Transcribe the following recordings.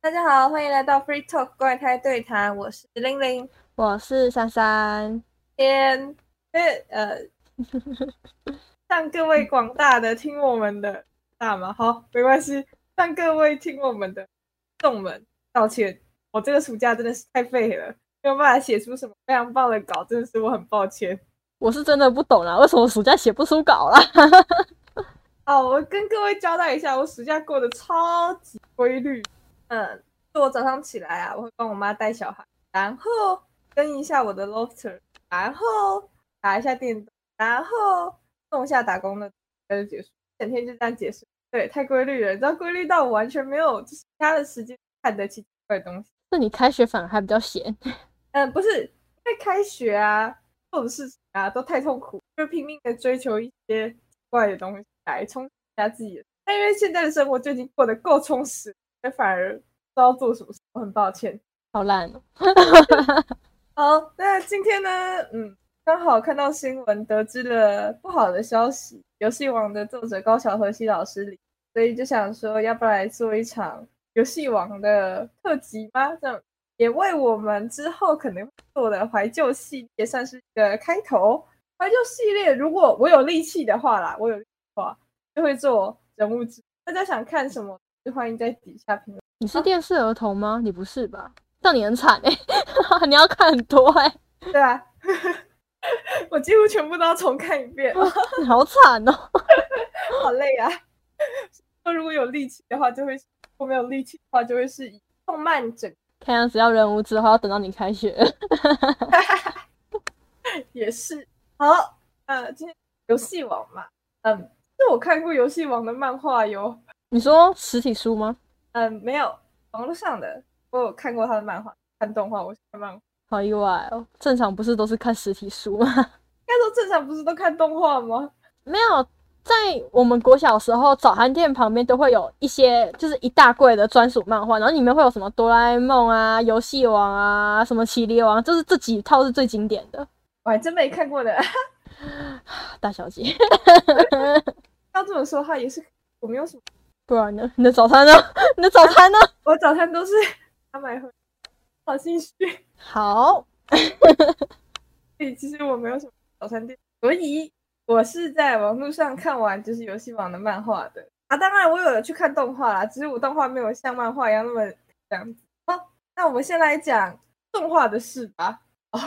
大家好，欢迎来到 Free Talk 怪胎对谈，我是玲玲。 我是珊珊。 天，向各位广大的听我们的大吗？好，没关系，向各位听我们的众们道歉。我这个暑假真的是太废了，没有办法写出什么非常棒的稿，真的是我很抱歉。 我是真的不懂啦，为什么暑假写不出稿啦？ 好，我跟各位交代一下，我暑假过得超级规律。就我早上起来啊，我会帮我妈带小孩，然后跟一下我的 lofter，然后打一下电动，然后弄一下打工的，就结束，整天就这样结束。对，太规律了，你知道规律到我完全没有其他的时间看得起奇怪的东西。 是你开学反而还比较闲。 不是，因为开学啊，做的事情啊都太痛苦，就拼命的追求一些奇怪的东西来充实一下自己的。但因为现在的生活就已经过得够充实，所以反而不知道做什么事，我很抱歉。 好烂哦。 好，那今天呢，刚好看到新闻，得知了不好的消息，游戏王的作者高桥和希老师离，所以就想说，要不要来做一场游戏王的特辑吗？这样也为我们之后可能会做的怀旧系列算是一个开头。怀旧系列，如果我有力气的话啦，我有力气的话就会做人物志。大家想看什么，就欢迎在底下评论。 你是电视儿童吗？你不是吧？那你很惨欸你要看很多欸。 对啊，我几乎全部都要重看一遍， 你好惨哦。 好累啊！如果有力气的话，就会；如果没有力气的话，就会是以动漫整。 看样子要人物之后要等到你开学了。 也是好。今天游戏王嘛，就我看过游戏王的漫画有， 你说实体书吗？ 没有网络上的，我有看过他的漫画，看动画，我看漫画。 好意外哦，正常不是都是看实体书吗？ 应该说正常不是都看动画吗？ 没有，在我们国小时候，早餐店旁边都会有一些，就是一大柜的专属漫画，然后里面会有什么哆啦 A 梦啊、游戏王啊、什么麒麟王，就是这几套是最经典的。 我还真没看过的。 大小姐。 要这么说的话，也是我没有什么， 不然呢？你的早餐呢？你的早餐呢？ 我早餐都是他买回，好心虚。 好。 所以其实我没有什么早餐店，所以我是在网络上看完就是游戏王的漫画的啊。当然我有去看动画啦，只是我动画没有像漫画一样那么这样子。好，那我们先来讲动画的事吧。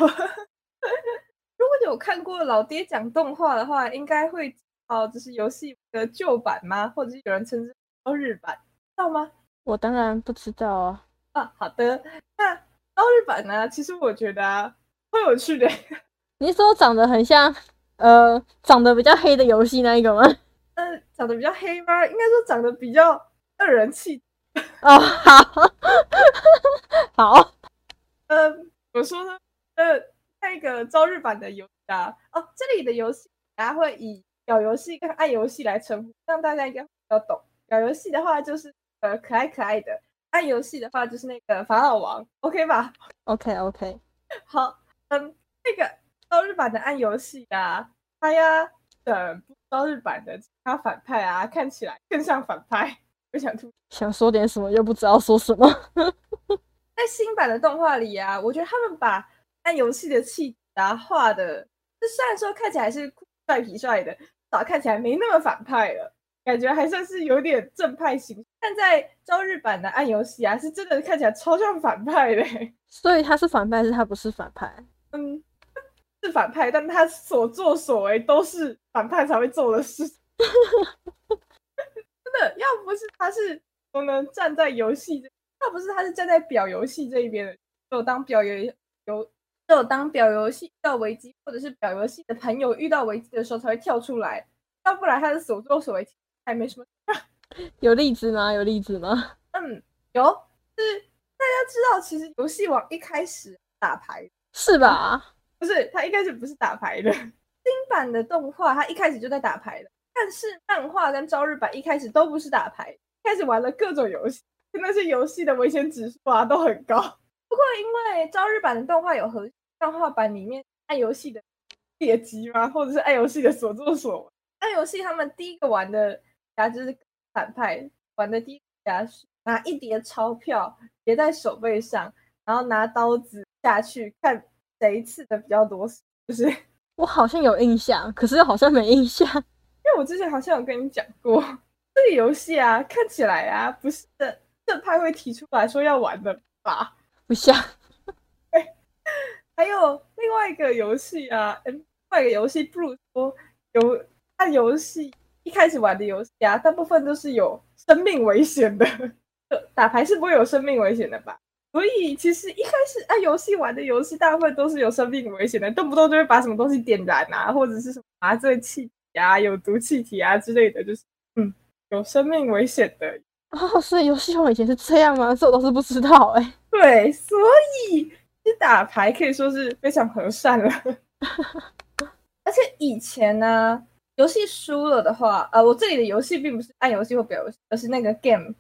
如果有看过老爹讲动画的话，应该会知道这是游戏的旧版吗？或者是有人称之为日版，知道吗？ 我当然不知道啊。 好的。那日版呢？其实我觉得超有趣的。 你是说长得很像，长得比较黑的游戏那一个吗？ 长得比较黑吗？应该说长得比较让人气。 哦，好。好。 怎么说呢？那个朝日版的游戏啊，这里的游戏大家会以小游戏跟爱游戏来称呼，这样大家应该比较懂。小游戏的话就是可爱可爱的，爱游戏的话就是那个法老王，OK 吧？ OK OK。 好。那个朝日版的暗游戏啊，它呀，朝日版的其他反派啊，看起来更像反派。我想吐。 想说点什么又不知道说什么。 在新版的动画里啊，我觉得他们把按游戏的气质啊画的，就虽然说看起来是帅痞帅的，至少看起来没那么反派了，感觉还算是有点正派型。但在朝日版的暗游戏啊，是真的看起来超像反派的。 所以他是反派，还是他不是反派？ 嗯，是反派，但他所作所为都是反派才会做的事。真的，要不是他是我能站在游戏要不是他是站在表游戏这一边的，只有当表游戏遇到危机，或者是表游戏的朋友遇到危机的时候才会跳出来，要不然他的所作所为还没什么。 有例子吗？有例子吗？ 有，是大家知道，其实游戏王一开始打牌是吧？ 不是，他一开始不是打牌的。新版的动画他一开始就在打牌的，但是漫画跟朝日版一开始都不是打牌，开始玩了各种游戏，那些游戏的危险指数啊都很高。不过因为朝日版的动画有和漫画版里面爱游戏的劣迹吗，或者是爱游戏的所作所为。爱游戏他们第一个玩的家就是反派，玩的第一个家是拿一叠钞票别在手背上，然后拿刀子下去看谁刺的比较多，就是因我好像有印象，可是又好像没印象。 为我之前好像有跟你讲过，这个游戏啊，看起来啊不是正派会提出来说要玩的吧？ 不像。 还有另外一个游戏啊，另外一个游戏不如说按游戏一开始玩的游戏啊，大部分都是有生命危险的。打牌是不会有生命危险的吧？所以其实一开始按游戏玩的游戏，大部分都是有生命危险的，动不动就会把什么东西点燃啊，或者是什么麻醉气体啊、有毒气体啊之类的，就是有生命危险的。 所以游戏王以前是这样吗？这我倒是不知道对，所以其实打牌可以说是非常和善了。而且以前呢，游戏输了的话，我这里的游戏并不是按游戏或表游戏，而是那个 game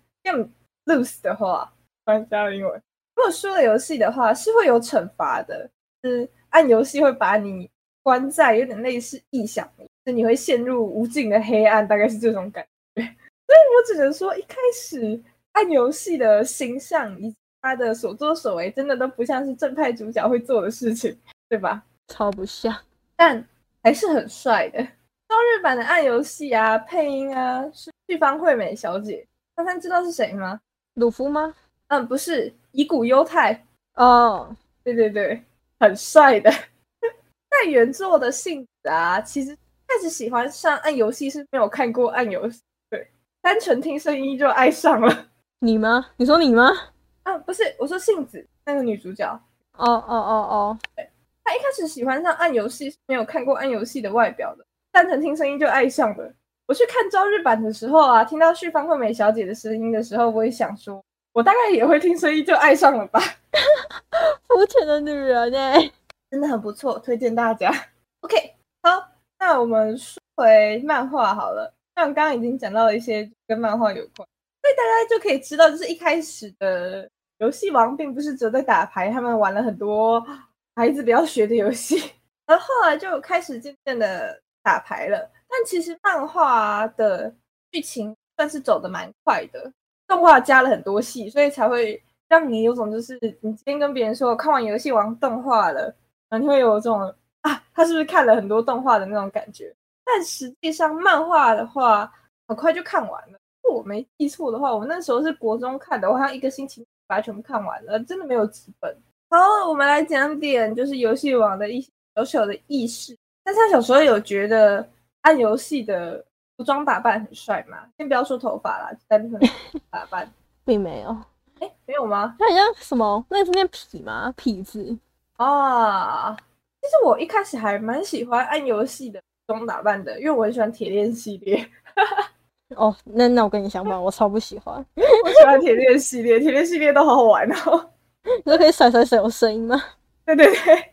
lose 的话，突然加了英文。如果输了游戏的话，是会有惩罚的，是按游戏会把你关在有点类似异想里，就你会陷入无尽的黑暗，大概是这种感觉。所以我只能说，一开始按游戏的形象以及他的所作所为，真的都不像是正派主角会做的事情，对吧？ 超不像， 但还是很帅的。中日版的暗游戏啊，配音啊是旭方惠美小姐。珊珊知道是谁吗？ 鲁夫吗？ 不是，乙骨忧太。 哦， 对对对，很帅的。在原作的杏子啊，其实开始喜欢上暗游戏是没有看过暗游戏，对，单纯听声音就爱上了。 你吗？你说你吗？ 不是，我说杏子那个女主角。 对， 她一开始喜欢上暗游戏是没有看过暗游戏的外表的，单纯听声音就爱上了。我去看朝日版的时候啊，听到旭方惠美小姐的声音的时候，我也想说，我大概也会听声音就爱上了吧。 肤浅的女人真的很不错，推荐大家。OK， 好，那我们说回漫画好了。像刚刚已经讲到了一些跟漫画有关，所以大家就可以知道，就是一开始的游戏王并不是只有在打牌，他们玩了很多孩子不要学的游戏，而后来就开始渐渐的打牌了。但其实漫画的剧情算是走得蛮快的，动画加了很多戏，所以才会让你有种就是你今天跟别人说我看完游戏王动画了，然后你会有这种他是不是看了很多动画的那种感觉。但实际上漫画的话很快就看完了，如果我没记错的话，我那时候是国中看的，我好像1个星期把它全部看完了，真的没有几本。好，我们来讲点就是游戏王的一些小小的意识。但是他小时候有觉得按游戏的服装打扮很帅吗？先不要说头发啦，单纯打扮并没有。 没有吗？ 它很像什么？那个是念痞吗？痞子啊，其实我一开始还蛮喜欢按游戏的服装打扮的，因为我很喜欢铁链系列。 哦，那我跟你相反，我超不喜欢。 我喜欢铁链系列，铁链系列都好好玩哦。 你说可以甩有声音吗？ 对对对，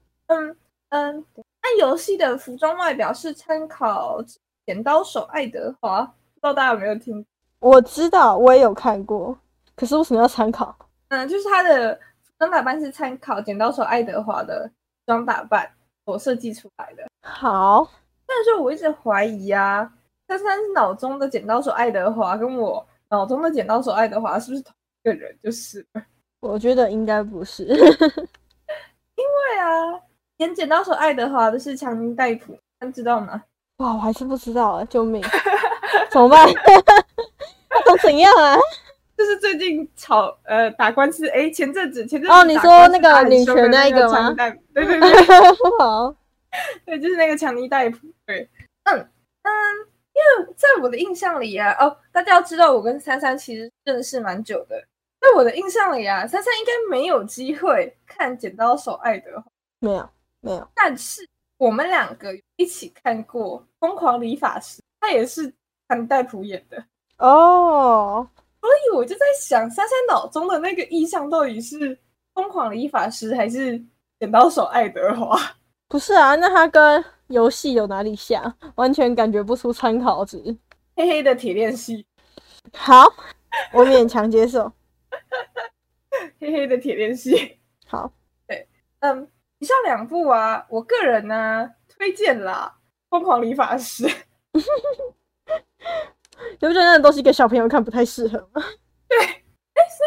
按游戏的服装外表是参考剪刀手爱德华，不知道大家有没有听？ 我知道，我也有看过，可是为什么要参考？ 就是他的服装打扮是参考剪刀手爱德华的服装打扮所设计出来的。 好， 但是我一直怀疑啊，珊珊脑中的剪刀手爱德华跟我脑中的剪刀手爱德华是不是同一个人？就是了。 我觉得应该不是。 对啊，演剪刀手爱德华的是强尼戴普，你知道吗？ 哇，我还是不知道啊！救命，怎么办？都怎样啊？ 就是最近打官司，前阵子哦，你说那个女权那一个吗？ 对对对， 好， 对，就是那个强尼戴普。对，因为在我的印象里啊，大家要知道，我跟珊珊其实认识蛮久的。在我的印象里啊，珊珊应该没有机会看剪刀手爱德华， 没有。 但是我们2个一起看过《疯狂理发师》，他也是强尼戴普演的哦。 所以我就在想，珊珊脑中的那个意象到底是疯狂理发师还是剪刀手爱德华？ 不是啊，那他跟游戏有哪里像？完全感觉不出参考值。 黑黑的铁链系， 好，我勉强接受。 黑黑的铁链系， 好， 对，以上2部啊，我个人呢推荐啦，《疯狂理发师》。 你不觉得那个东西给小朋友看不太适合吗？ 对，所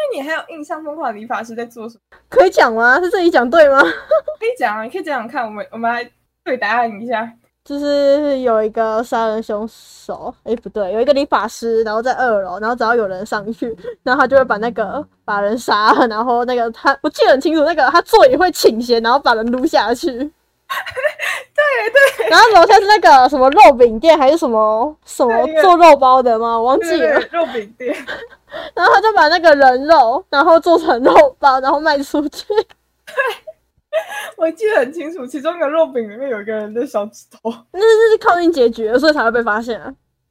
你还有印象疯狂的理发师在做什么？ 可以讲吗？是这里讲对吗？ 可以讲啊，你可以讲讲看，我们来对答案一下。 就是有一个杀人凶手，不对，有一个理发师，然后在2楼，然后只要有人上去，然后他就会把人杀了，然后那个我记得很清楚，那个他座椅会倾斜，然后把人撸下去。对对。 然后楼下是那个什么肉饼店还是什么做肉包的吗？我忘记了。 对，肉饼店。 然后他就把那个人肉，然后做成肉包，然后卖出去。 对。我记得很清楚，其中一个肉饼里面有一个人的小指头， 那是靠近结局了，所以才会被发现啊。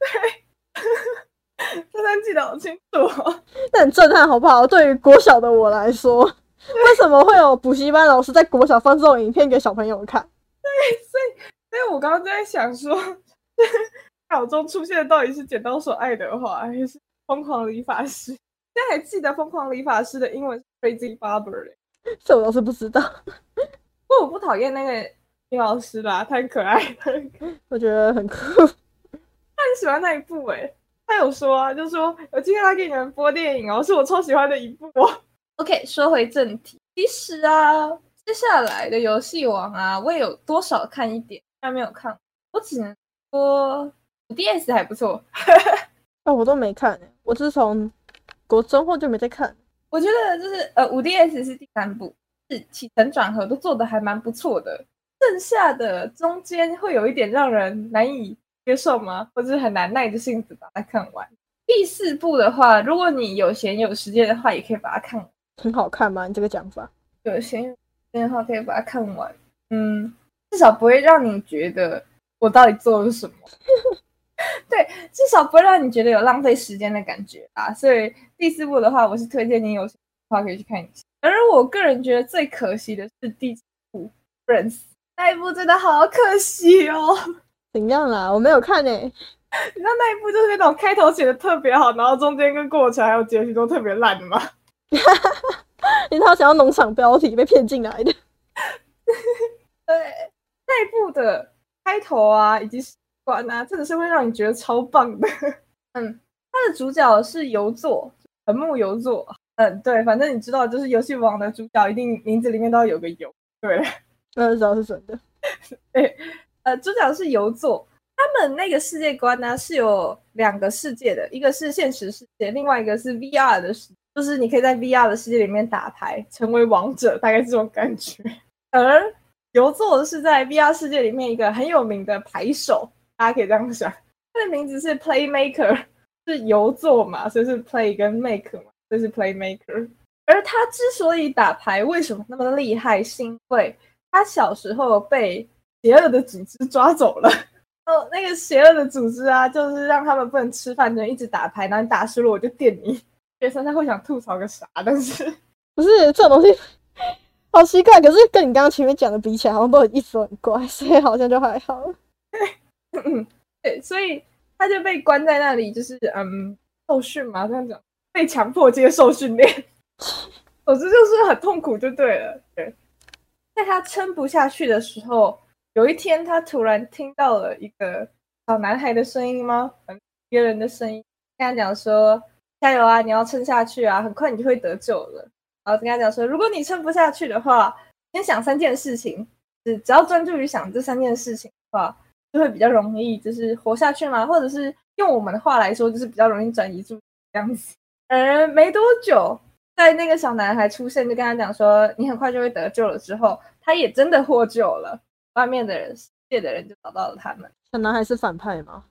对，真的记得好清楚哦。 那很震撼，好不好？对于国小的我来说，为什么会有补习班老师在国小放这种影片给小朋友看？ 对，所以我刚刚在想说，脑中出现的到底是剪刀手爱德华还是疯狂理发师？现在还记得疯狂理发师的英文是 Crazy Barber 嘞。 这我倒是不知道。 不过我不讨厌那个女老师啦，太可爱了， 我觉得很酷。 他很喜欢那一部他有说啊，就说我今天来给你们播电影哦，是我超喜欢的一部哦。OK， 说回正题，其实啊，接下来的游戏王啊，我也有多少看一点，但没有看，我只能说 5DS 还不错。 我都没看，我自从国中后就没再看。 我觉得就是5DS 是第3部，是起承转合都做得还蛮不错的，剩下的中间会有一点让人难以接受吗？或者是很难耐着性子把它看完。第4部的话，如果你有闲有时间的话，也可以把它看完。 很好看吗？你这个讲法？ 有闲有时间的话，可以把它看完。至少不会让你觉得我到底做了什么。对，至少不会让你觉得有浪费时间的感觉啦。所以第4部的话，我是推荐你有兴趣的话可以去看一下。而我个人觉得最可惜的是第7部 Friends 那一部，真的好可惜哦。 怎样啦？我没有看你知道那一部就是那种开头写的特别好，然后中间跟过程还有结局都特别烂的吗？ 因为他想要农场标题被骗进来的。 对，那一部的开头啊，以及关啊，真的是会让你觉得超棒的。他的主角是游作，藤木游作。对，反正你知道，就是游戏王的主角一定名字里面都要有个游。对， 知道是真的。 对，主角是游作。他们那个世界观呢是有2个世界的，一个是现实世界，另外一个是 VR 的世界，就是你可以在 VR 的世界里面打牌，成为王者，大概这种感觉。而游作是在 VR 世界里面一个很有名的牌手，大家可以这样想，他的名字是 Playmaker， 是游作嘛，所以是 Play 跟 Make 嘛，所以是 Playmaker。而他之所以打牌为什么那么厉害，是因为他小时候被邪恶的组织抓走了。那个邪恶的组织啊，就是让他们不能吃饭，只能一直打牌，然后你打输了我就电你。学生他会想吐槽个啥，但是不是这种东西好奇怪，可是跟你刚刚前面讲的比起来，好像都一直都很怪，所以好像就还好。 对，所以他就被关在那里，就是受训嘛，这样讲，被强迫接受训练。总之就是很痛苦就对了。对，在他撑不下去的时候，有一天他突然听到了一个小男孩的声音吗？别人的声音跟他讲说，加油啊，你要撑下去啊，很快你就会得救了。然后跟他讲说，如果你撑不下去的话，先想3件事情，只要专注于想这3件事情的话，就会比较容易就是活下去嘛，或者是用我们的话来说，就是比较容易转移注意这样子。而没多久，在那个小男孩出现，就跟他讲说，你很快就会得救了之后，他也真的获救了。外面的人，世界的人就找到了他们。 小男孩是反派吗？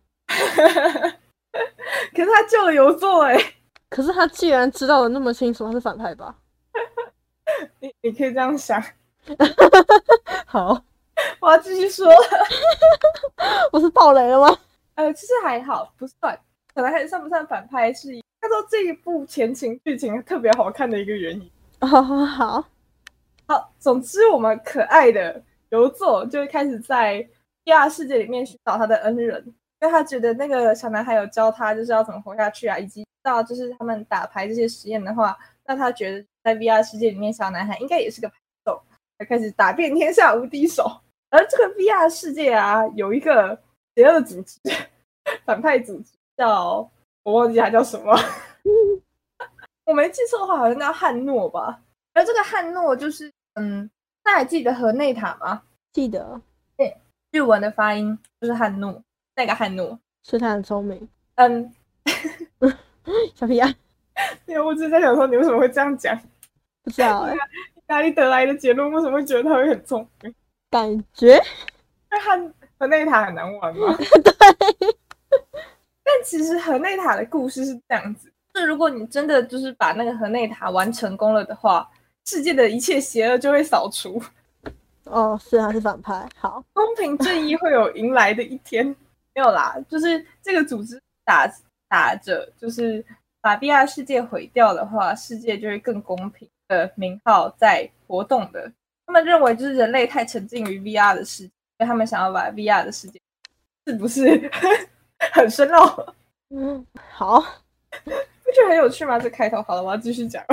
可是他救了游作可是他既然知道的那么清楚，他是反派吧？ 你可以这样想。 好， 我要继续说。 我是爆雷了吗？ 其实还好，不算。小男孩算不算反派，是他说这一部前情剧情特别好看的一个原因。 好， 总之我们可爱的游作就开始在 VR 世界里面寻找他的恩人，因为他觉得那个小男孩有教他就是要怎么活下去啊，以及知道就是他们打牌这些实验的话，那他觉得在 VR 世界里面小男孩应该也是个牌手，他开始打遍天下无敌手。而这个 VR 世界啊，有一个邪恶组织，反派组织叫我忘记他叫什么。 我没记错的话，好像叫汉诺吧。而这个汉诺就是，大家还记得河内塔吗？ 记得， 对，日文的发音就是汉诺，那个汉诺。 所以他很聪明。 嗯， 小屁啊， 因为我只是在想说，你为什么会这样讲？ 不知道哎、 哪里得来的结论？为什么会觉得他会很聪明？ 感觉因为河内塔很难玩吗？ 对， 但其实河内塔的故事是这样子：就是如果你真的就是把那个河内塔玩成功了的话，世界的一切邪恶就会扫除， 哦，是他是反派，好， 公平正义会有迎来的一天。没有啦，就是这个组织打着，就是把 VR 世界毁掉的话，世界就会更公平的名号在活动的。他们认为就是人类太沉浸于 VR 的世界，所以他们想要把 VR 的世界，是不是很深奥？ 好， 不觉得很有趣吗？这开头好了，我要继续讲。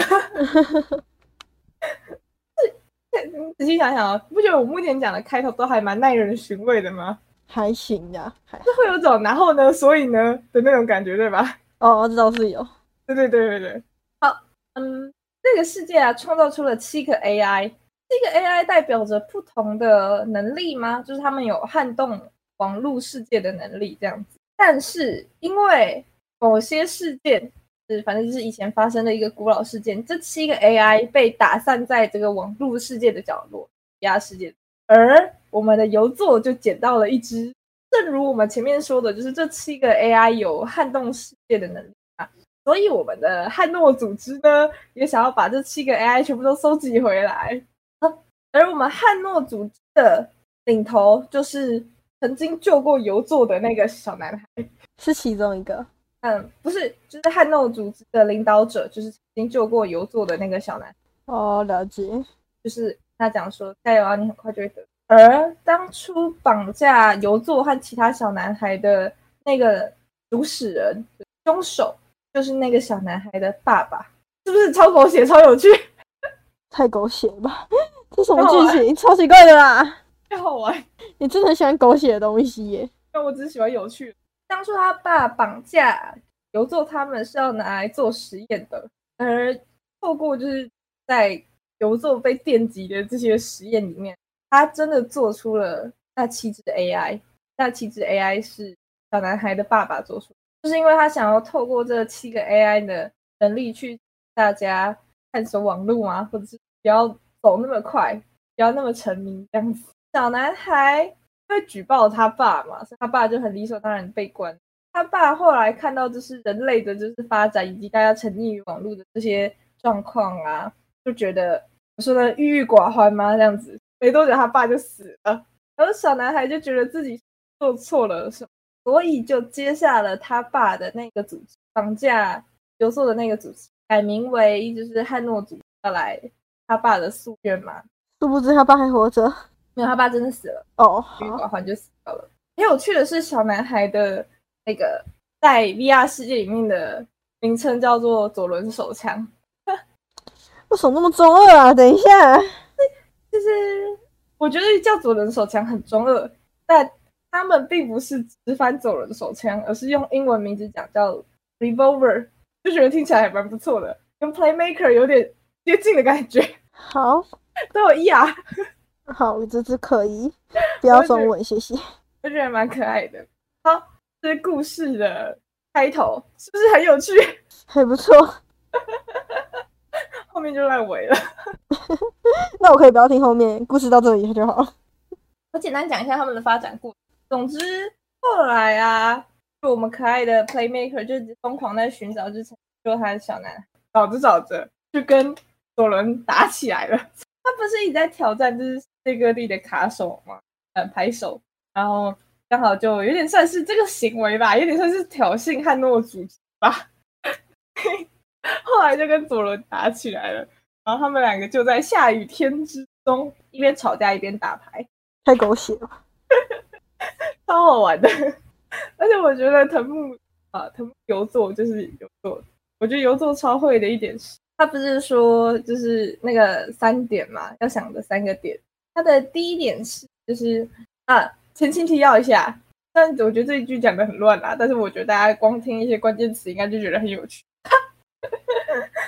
你仔细想想啊，不觉得我目前讲的开头都还蛮耐人寻味的吗？ 还行呀，还就会有种然后呢，所以呢的那种感觉，对吧？ 哦，这倒是有， 对对对对对。好，这个世界啊，创造出了7个 AI，这个 AI 代表着不同的能力吗？就是他们有撼动网络世界的能力这样子。但是因为某些事件，反正就是以前发生的一个古老事件，这7个 AI 被打散在这个网络世界的角落，VR 世界，而我们的游作就捡到了一只。正如我们前面说的，就是这7个 AI 有撼动世界的能力啊，所以我们的汉诺组织呢，也想要把这7个 AI 全部都收集回来。而我们汉诺组织的领头就是曾经救过游作的那个小男孩， 是其中一个。 不是，就是汉诺组织的领导者，就是曾经救过游作的那个小男孩。 哦，了解。 就是他讲说加油啊，你很快就会得。而当初绑架游作和其他小男孩的那个主使人凶手，就是那个小男孩的爸爸，是不是超狗血、超有趣？ 太狗血吧？这什么剧情？超奇怪的啦！ 太好玩！ 你真的很喜欢狗血的东西耶？ 但我只喜欢有趣的。当初他爸绑架游作他们是要拿来做实验的，而透过就是在游作被电击的这些实验里面，他真的做出了那7只 AI。那7只 AI 是小男孩的爸爸做出，就是因为他想要透过这7个 AI 的能力去大家探索网络嘛，或者是不要走那么快，不要那么沉迷这样子。小男孩因为举报他爸嘛，所以他爸就很理所当然被关。他爸后来看到就是人类的就是发展以及大家沉溺于网络的这些状况啊，就觉得我说的郁郁寡欢吗？这样子，没多久他爸就死了，然后小男孩就觉得自己做错了什么，所以就接下了他爸的那个组织，绑架游作的那个组织，改名为就是汉诺组织，要来他爸的夙愿嘛。 殊不知他爸还活着。 没有，他爸真的死了。 哦， 郁郁好， 寡欢就死掉了。很有趣的是，小男孩的那个在 VR 世界里面的名称叫做左轮手枪， 为什么那么中二啊？等一下， 就是我觉得叫左轮手枪很中二，但他们并不是直翻左轮手枪，而是用英文名字讲叫 revolver， 就觉得听起来还蛮不错的，跟 playmaker 有点接近的感觉， 好都有 ER， 好，这只可以，不要中文，谢谢。 我觉得蛮可爱的。好，这是故事的开头，是不是很有趣？ 还不错。 后面就烂尾了。 那我可以不要听后面，故事到这里就好。 我简单讲一下他们的发展过程。总之，后来啊，就我们可爱的 Playmaker 就疯狂在寻找，就是救他的小男孩，找着找着就跟左轮打起来了。他不是一直在挑战就是世界各地的卡手吗？牌手，然后刚好就有点算是这个行为吧，有点算是挑衅汉诺组织吧。后来就跟左轮打起来了，然后他们两个就在下雨天之中一边吵架一边打牌， 太狗血了。 超好玩的。而且我觉得藤木游作就是游作，我觉得游作超会的一点是，他不是说就是那个3点嘛，要想的3个点。他的第一点是就是前情提要一下，但我觉得这一句讲的很乱啦，但是我觉得大家光听一些关键词应该就觉得很有趣。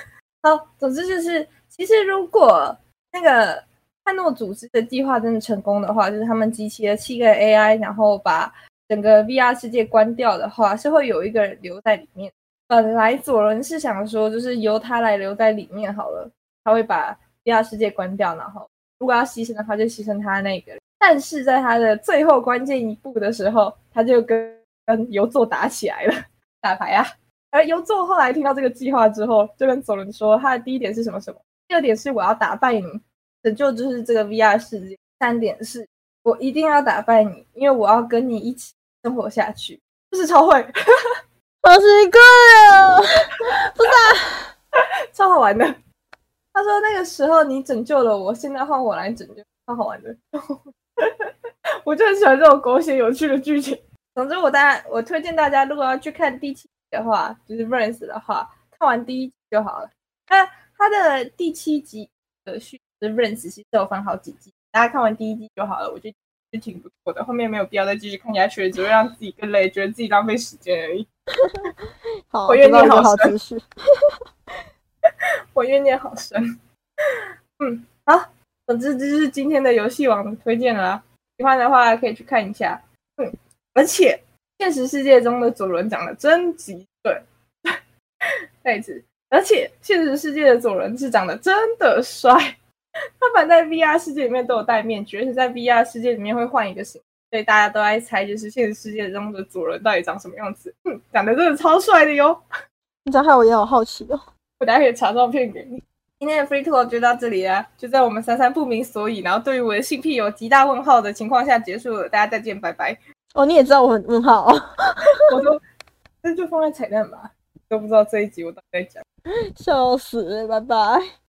好，总之就是，其实如果那个汉诺组织的计划真的成功的话，就是他们集齐了7个 AI， 然后把整个 VR 世界关掉的话，是会有一个人留在里面。本来佐伦是想说，就是由他来留在里面好了，他会把 VR 世界关掉，然后如果要牺牲的话，就牺牲他那个人。但是在他的最后关键一步的时候，他就跟游作打起来了，打牌啊。而游作后来听到这个计划之后，就跟佐伦说，他的第一点是什么？第二点是我要打败你，拯救就是这个 VR 世界。3点是我一定要打败你，因为我要跟你一起生活下去。就是超会， 好奇怪啊！不是啊， 超好玩的。他说那个时候你拯救了我，现在换我来拯救，超好玩的。我就很喜欢这种狗血有趣的剧情。总之我推荐大家，如果要去看第7集的话，就是 Rance 的话，看完第1集就好了。他的第7集的续是 Rance 其实有分好几集，大家看完第1集就好了，我觉得就挺不错的，后面没有必要再继续看下去，只会让自己更累，觉得自己浪费时间而已。 好， 我怨念好好深，我怨念好深。好，总之这就是今天的游戏王推荐啦，喜欢的话可以去看一下。而且现实世界中的佐伦长得真极对，再一次，而且现实世界的佐伦是长得真的帅。他反正在 VR 世界里面都有戴面具，而且在 VR 世界里面会换一个形，所以大家都在猜，就是现实世界中的佐伦到底长什么样子。长得真的超帅的哟！ 你知道，害我也好好奇哦。 我等下可以查照片给你。今天的 Free Talk 就到这里啦，就在我们33不明所以，然后对于我的性癖有极大问号的情况下结束了。大家再见，拜拜。 哦，你也知道我很问号哦。 我说，这就放在彩蛋吧，都不知道这一集我到底在讲。 笑死了，拜拜。